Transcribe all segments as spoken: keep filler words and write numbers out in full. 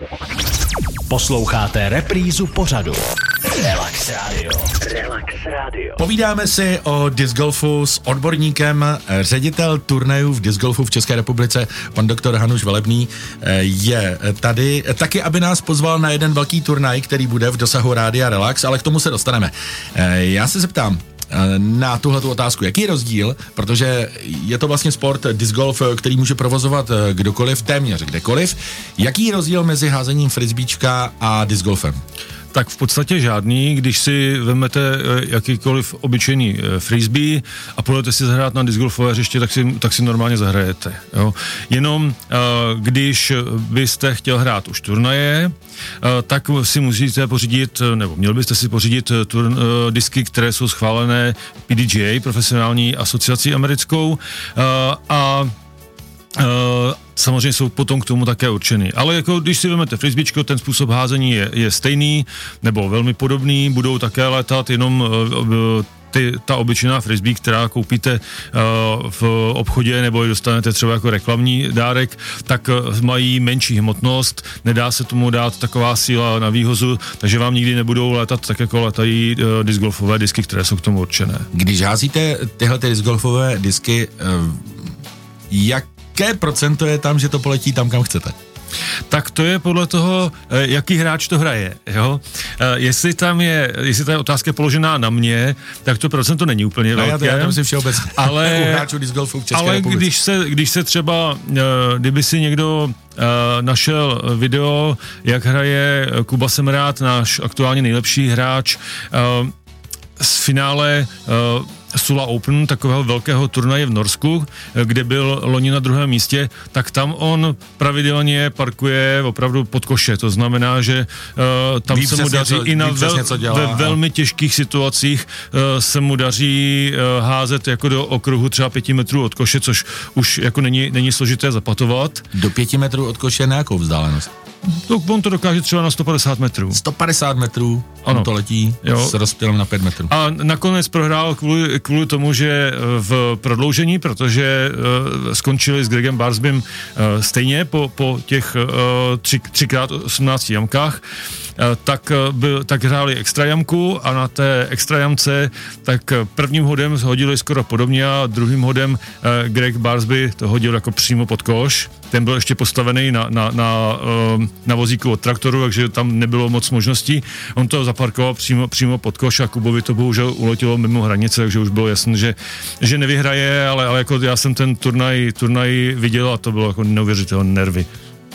Posloucháte reprízu pořadu Relax Radio. Relax Radio. Povídáme si o disc golfu s odborníkem, ředitel turnajů v disc golfu v České republice, pan doktor Hanuš Velebný, je tady taky, aby nás pozval na jeden velký turnaj, který bude v dosahu Rádia Relax, ale k tomu se dostaneme. Já se zeptám na tuhletu otázku, jaký je rozdíl, protože je to vlastně sport disc golf, který může provozovat kdokoliv, téměř kdekoliv. Jaký je rozdíl mezi házením frisbeečka a disc golfem? Tak v podstatě žádný, když si vezmete jakýkoliv obyčejný frisbee a půjdete si zahrát na disc golfové hřiště, tak si, tak si normálně zahrajete. Jo. Jenom když byste chtěl hrát už turnaje, tak si musíte pořídit, nebo měl byste si pořídit turn, disky, které jsou schválené P D G A, profesionální asociací americkou, a Uh, samozřejmě jsou potom k tomu také určeny. Ale jako když si vezmete frisbeečko, ten způsob házení je, je stejný, nebo velmi podobný, budou také létat, jenom uh, ty, ta obyčejná frisbee, která koupíte uh, v obchodě, nebo ji dostanete třeba jako reklamní dárek, tak uh, mají menší hmotnost, nedá se tomu dát taková síla na výhozu, takže vám nikdy nebudou létat tak, jako letají uh, disc golfové disky, které jsou k tomu určené. Když házíte tyhle ty disc golfové disky, uh, jak jaké procento je tam, že to poletí tam, kam chcete? Tak to je podle toho, jaký hráč to hraje, jo. Jestli tam je, jestli ta je otázka položená na mě, tak to procento není úplně no, velké. Já to myslím všeobecně. Ale, jako hráčů disc golfu v České ale republice. když se, když se třeba, kdyby si někdo našel video, jak hraje Kuba Semerát, náš aktuálně nejlepší hráč, z finále Sula Open, takového velkého turnaje v Norsku, kde byl loni na druhém místě, tak tam on pravidelně parkuje opravdu pod koše. To znamená, že uh, tam ví se mu daří co, i na vel, ve velmi těžkých situacích uh, se mu daří uh, házet jako do okruhu třeba pěti metrů od koše, což už jako není, není složité zapatovat. Do pěti metrů od koše na jakou vzdálenost? To, on to dokáže třeba na sto padesát metrů. sto padesát metrů, ano. On to letí jo. S rozptylem na pět metrů. A nakonec prohrál kvůli, kvůli tomu, že v prodloužení, protože uh, skončili s Gregem Barsbym uh, stejně po, po těch uh, tři, třikrát osmnácti jamkách, uh, tak, uh, byl, tak hráli extra jamku a na té extra jamce tak prvním hodem hodili skoro podobně a druhým hodem uh, Greg Barsby to hodil jako přímo pod koš. Ten byl ještě postavený na, na, na, na vozíku od traktoru, takže tam nebylo moc možností. On to zaparkoval přímo, přímo pod koš a Kubovi to bohužel uletělo mimo hranice, takže už bylo jasné, že, že nevyhraje, ale, ale jako já jsem ten turnaj, turnaj viděl a to bylo jako neuvěřitelné nervy.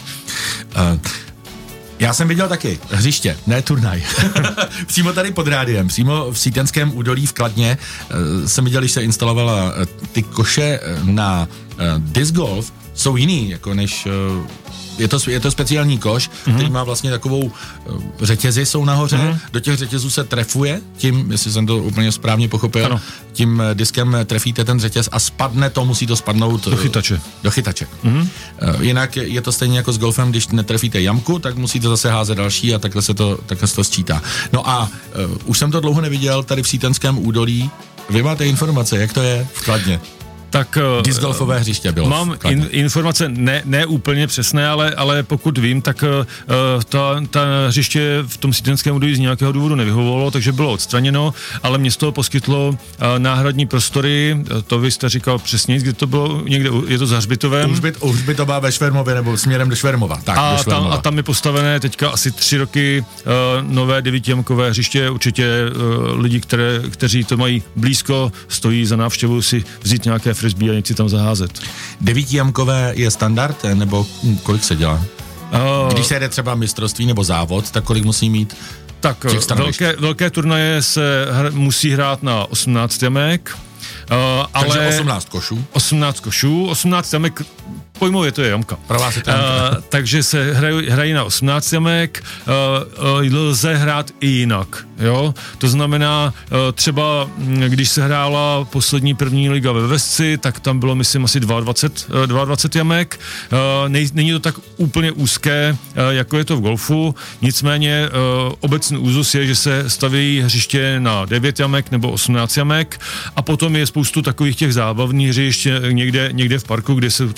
Uh. Já jsem viděl taky hřiště, ne turnaj. Přímo tady pod rádiem, přímo v Sítenském údolí v Kladně uh, jsem viděl, když se instalovala uh, ty koše na uh, disc golf, jsou jiný, jako než... Uh, je to, je to speciální koš, mm-hmm. který má vlastně takovou uh, řetězy jsou nahoře, mm-hmm. do těch řetězů se trefuje, tím, jestli jsem to úplně správně pochopil, ano. tím diskem trefíte ten řetěz a spadne to, musí to spadnout... Do chytače. Do chytače. Mm-hmm. Uh, jinak je to stejně jako s golfem, když netrefíte jamku, tak musíte zase házet další a takhle se to, takhle se to sčítá. No a uh, už jsem to dlouho neviděl tady v Sítenském údolí. Vy máte informace, jak to je v Kladně? Tak disc golfové hřiště bylo. Mám in, informace ne, ne úplně přesné, ale, ale pokud vím, tak uh, ta, ta hřiště v tom Sítenském údolí z nějakého důvodu nevyhovovalo, takže bylo odstraněno, ale město poskytlo uh, náhradní prostory, to vy jste říkal přesně, kde to bylo, někde, je to za Hřbitovem. Uhřbit, Uhřbitová ve Švermově nebo směrem do Švermova. Tak, a, do Švermova. Tam, a tam je postavené teďka asi tři roky uh, nové devítiamkové hřiště, určitě uh, lidi, které, kteří to mají blízko, stojí za návštěvu si vzít nějaké frisbee a něco tam zaházet. Devítijamkové je standard, nebo kolik se dělá? Uh, Když se jede třeba mistrovství nebo závod, tak kolik musí mít? Tak velké, velké turnaje se hr, musí hrát na osmnáct jamek. Uh, Takže ale osmnáct košů? osmnáct košů, osmnáct jamek, pojmově to je jamka. Pro vás je to jamka. Uh, takže se hrají, hrají na osmnáct jamek, uh, uh, lze hrát i jinak, jo. To znamená, uh, třeba když se hrála poslední první liga ve Vesci, tak tam bylo, myslím, asi dvacet dva, dvacet dva jamek. Uh, nej, není to tak úplně úzké, uh, jako je to v golfu, nicméně uh, obecný úzus je, že se staví hřiště na devět jamek nebo osmnáct jamek a potom je spoustu takových těch zábavných hřišť někde, někde v parku, kde jsou třeba čtyři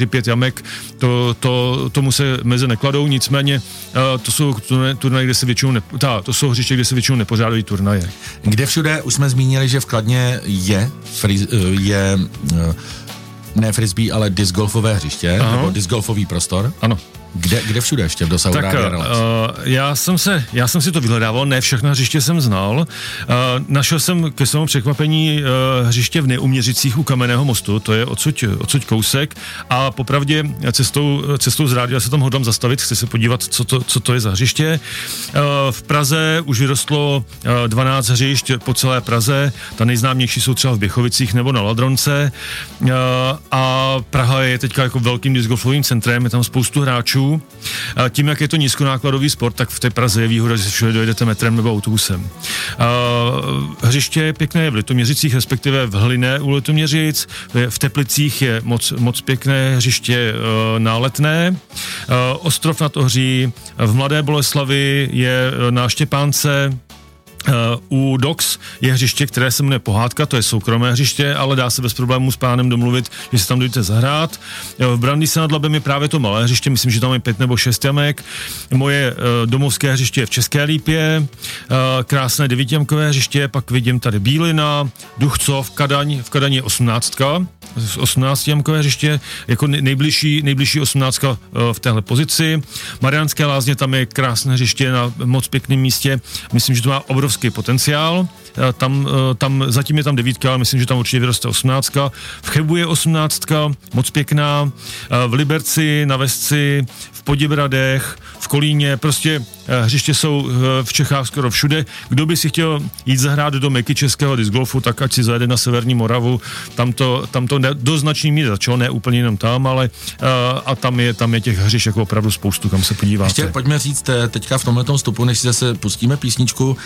pět jamek, to, to, tomu se meze nekladou, nicméně to jsou turnaje, kde se většinou ne, ta, to jsou hřiště, kde se většinou nepořádají turnaje. Kde všude, už jsme zmínili, že v Kladně je, friz, je ne frisbee, ale discgolfové hřiště, Aha. nebo discgolfový prostor. Ano. Kde, kde všude ještě v dosahu Rádia Relax? Uh, já, jsem se, já jsem si to vyhledával, ne všechno hřiště jsem znal. Uh, našel jsem ke svému překvapení uh, hřiště v Neuměřicích u Kamenného mostu, to je odsud, odsud kousek a popravdě cestou, cestou z rádia se tam hodlám zastavit, chci se podívat, co to, co to je za hřiště. Uh, v Praze už vyrostlo uh, dvanáct hřišť po celé Praze, ta nejznámější jsou třeba v Běchovicích nebo na Ladronce uh, a Praha je teďka jako velkým discgolfovým centrem, je tam spoustu hráčů. Tím, jak je to nízkonákladový sport, tak v té Praze je výhoda, že se všude dojedete metrem nebo autobusem. Hřiště je pěkné v Litoměřicích, respektive v Hliné u Litoměřic, v Teplicích je moc, moc pěkné hřiště na Letné. Ostrov nad Ohří, v Mladé Boleslavi je na Štěpánce. Uh, u Dox je hřiště, které se jmenuje Pohádka, to je soukromé hřiště, ale dá se bez problémů s pánem domluvit, že se tam dojdete zahrát. V Brandýse nad Labem je právě to malé hřiště, myslím, že tam je pět nebo šest jamek. Moje uh, domovské hřiště je v České Lípě, uh, krásné devítiamkové hřiště, pak vidím tady Bílina, Duchcov, Kadaň, v Kadaní je osmnáctka, osmnáctiamkové hřiště, jako nejbližší, nejbližší osmnáctka uh, v téhle pozici. Mariánské Lázně, tam je krásné hřiště na moc pěkném místě, myslím, že to má obrovský potenciál, tam, tam, zatím je tam devítka, ale myslím, že tam určitě vyroste osmnáctka. V Chebu je osmnáctka, moc pěkná, v Liberci, na Vesci, v Poděbradech, v Kolíně, prostě hřiště jsou v Čechách skoro všude. Kdo by si chtěl jít zahrát do meky českého discgolfu, tak ať si zajede na Severní Moravu, tam to, tam to ne, do značný míry začalo, ne úplně jenom tam, ale a tam je, tam je těch hřišť jako opravdu spoustu, kam se podíváte. Ještě pojďme říct teďka v tomhletom vstupu, než si zase pustíme písničku,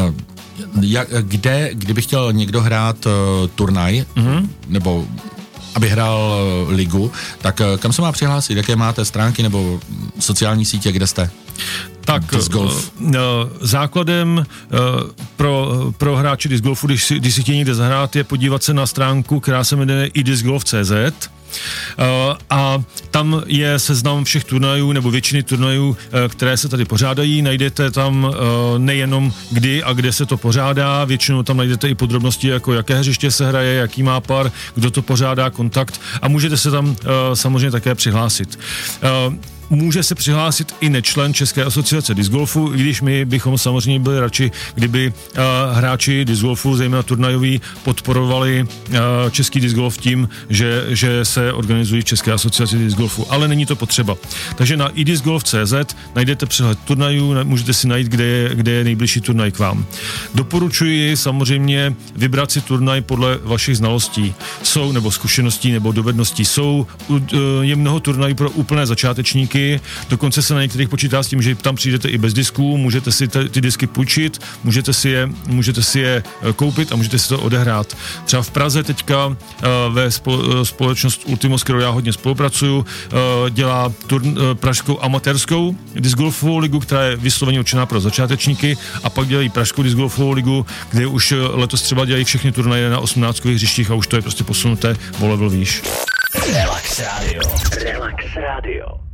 jak, kde, kdyby chtěl někdo hrát uh, turnaj, mm-hmm. nebo aby hrál uh, ligu, tak uh, kam se má přihlásit? Jaké máte stránky nebo sociální sítě, kde jste? Tak discgolf. Základem pro, pro hráče discgolfu, když si, když si chtějí někde zahrát, je podívat se na stránku, která se jmenuje i discgolf tečka cé zet. Uh, a tam je seznam všech turnajů nebo většiny turnajů, uh, které se tady pořádají. Najdete tam uh, nejenom kdy a kde se to pořádá, většinou tam najdete i podrobnosti, jako jaké hřiště se hraje, jaký má par, kdo to pořádá, kontakt a můžete se tam uh, samozřejmě také přihlásit. Uh, Může se přihlásit i nečlen České asociace discgolfu, i když my bychom samozřejmě byli radši, kdyby uh, hráči discgolfu, zejména turnajoví, podporovali uh, český discgolf tím, že, že se organizují v České asociaci discgolfu, ale není to potřeba. Takže na i discgolf tečka cé zet najdete přehled turnajů, můžete si najít, kde je, kde je nejbližší turnaj k vám. Doporučuji samozřejmě vybrat si turnaj podle vašich znalostí. Jsou, nebo zkušeností, nebo dovedností. Jsou, uh, je mnoho turnajů pro úplné začátečníky, dokonce se na některých počítá s tím, že tam přijdete i bez disků, můžete si ty, ty disky půjčit, můžete si, je, můžete si je koupit a můžete si to odehrát. Třeba v Praze teďka uh, ve spo, společnost Ultimo, s kterou já hodně spolupracuju, uh, dělá turn, uh, pražskou amatérskou discgolfovou ligu, která je vysloveně určená pro začátečníky, a pak dělají pražskou discgolfovou ligu, kde už letos třeba dělají všechny turnaje na osmnáctkových hřištích a už to je prostě posunuté o level výš. Relax Radio. Relax Radio.